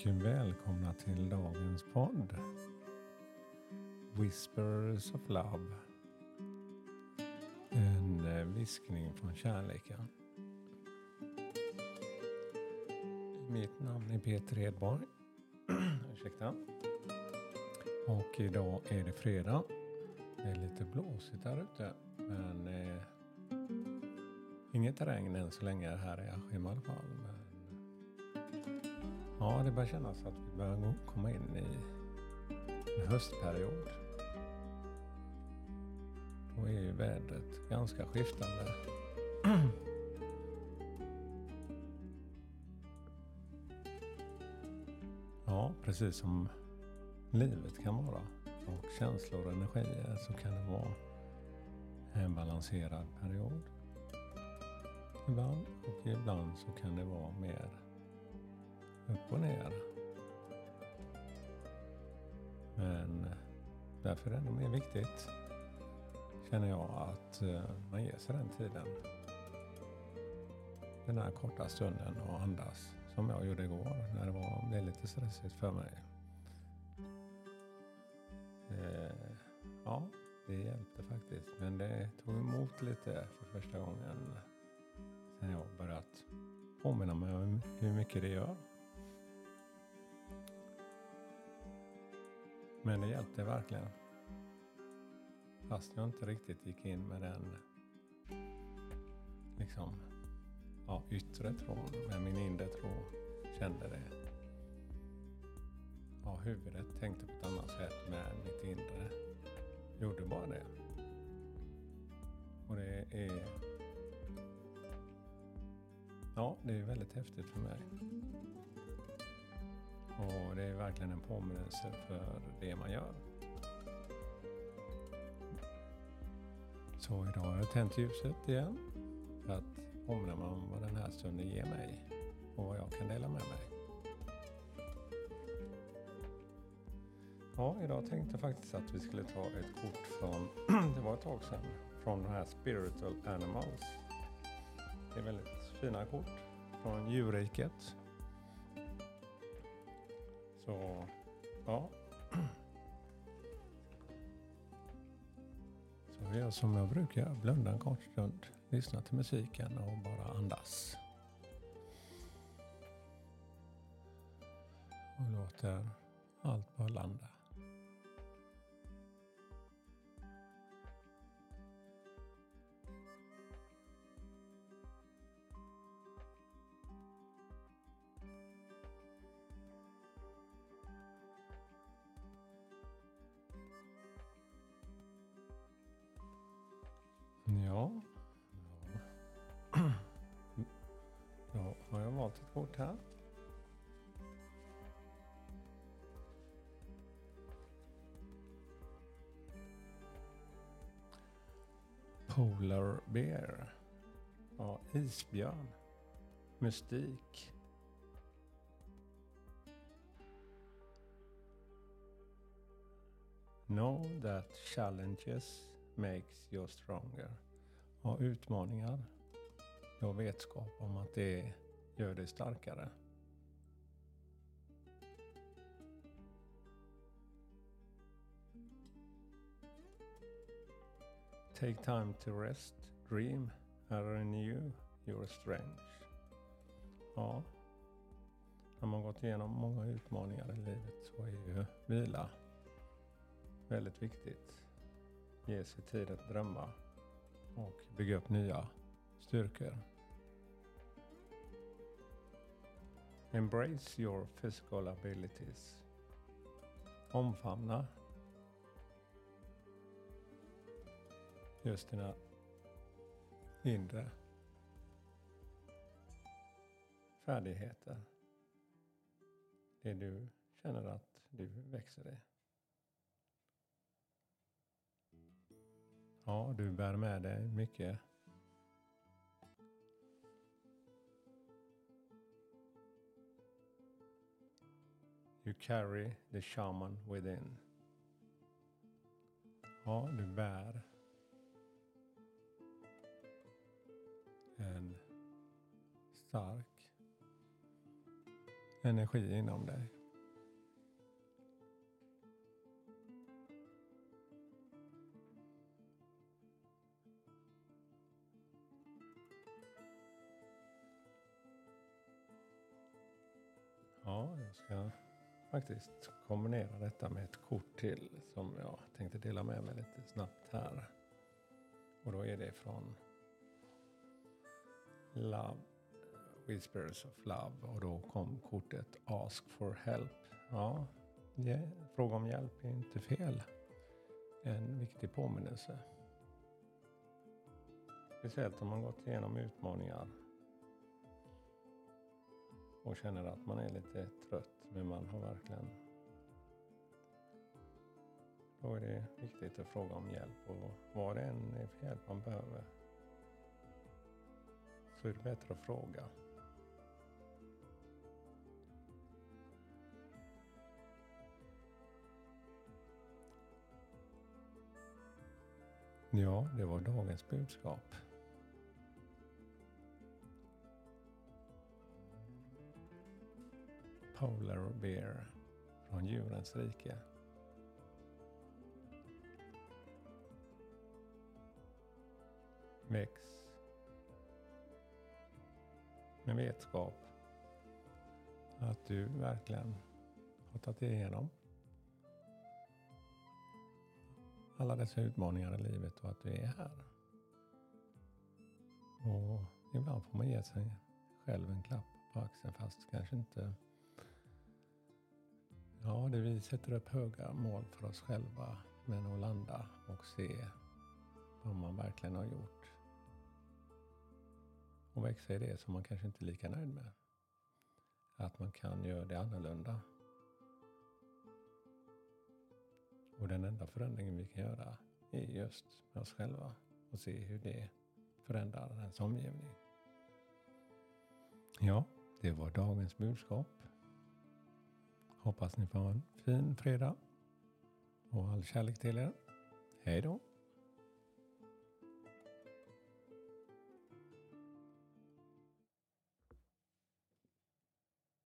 välkomna till dagens podd Whispers of Love. En viskning från kärleken. Mitt namn är Peter Edborg. Ursäkta. Och idag är det fredag. Det är lite blåsigt här ute. Men inget regn än så länge här i Askim i alla fall. Men ja, det börjar kännas att vi börjar komma in i en höstperiod. Då är ju vädret ganska skiftande. Ja, precis som livet kan vara. Och känslor och energier, så kan det vara en balanserad period. Ibland, och ibland så kan det vara mer upp och ner. Men därför är det ännu mer viktigt, känner jag, att man ger sig den tiden. Den här korta stunden och andas, som jag gjorde igår när det blev lite stressigt för mig. Ja, det hjälpte faktiskt. Men det tog emot lite för första gången sen jag börjat påminna mig om hur mycket det gör. Men det hjälpte verkligen. Fast jag inte riktigt gick in med den yttre tron. Men min inre tro kände det. Ja, huvudet tänkte på ett annat sätt, men mitt inre gjorde bara det. Och det är väldigt häftigt för mig. Och det är verkligen en påminnelse för det man gör. Så idag har jag tänt ljuset igen för att påminna mig om vad den här stunden ger mig och vad jag kan dela med mig. Ja, idag tänkte jag faktiskt att vi skulle ta ett kort från, det var ett tag sedan, från de här Spiritual Animals. Det är väldigt fina kort från djurriket. Så, ja. Så jag gör som jag brukar, blunda en kort stund, lyssna till musiken och bara andas. Och låter allt bara landa. Ja. Då har jag valt ett kort här. Polar Bear. Ja, isbjörn. Mystik. Know that challenges makes you stronger. Ja, utmaningar. Jag har vetskap om att det gör dig starkare. Take time to rest, dream, and renew your strength. Ja, när man gått igenom många utmaningar i livet så är ju vila väldigt viktigt. Ge sig tid att drömma och bygga upp nya styrkor. Embrace your physical abilities. Omfamna just dina inre färdigheter. Det du känner att du växer i. Ja, du bär med dig mycket. You carry the shaman within. Ja, du bär en stark energi inom dig. Ja, jag ska faktiskt kombinera detta med ett kort till som jag tänkte dela med mig lite snabbt här. Och då är det från Love, Whispers of Love, och då kom kortet Ask for Help. Ja, fråga om hjälp är inte fel. En viktig påminnelse. Speciellt om man gått igenom utmaningar och känner att man är lite trött, men man har verkligen... Då är det viktigt att fråga om hjälp, och vad det än är för hjälp man behöver så är det bättre att fråga. Ja, det var dagens budskap. Polar Bear från Djurens rike. Väx med vetskap att du verkligen har tagit igenom alla dessa utmaningar i livet och att du är här. Och ibland får man ge sig själv en klapp på axeln, fast kanske inte... Ja, det vi sätter upp höga mål för oss själva, men att landa och se vad man verkligen har gjort. Och växa i det som man kanske inte är lika nöjd med. Att man kan göra det annorlunda. Och den enda förändringen vi kan göra är just med oss själva. Och se hur det förändrar ens omgivning. Ja, det var dagens budskap. Hoppas ni får en fin fredag. Och all kärlek till er. Hej då!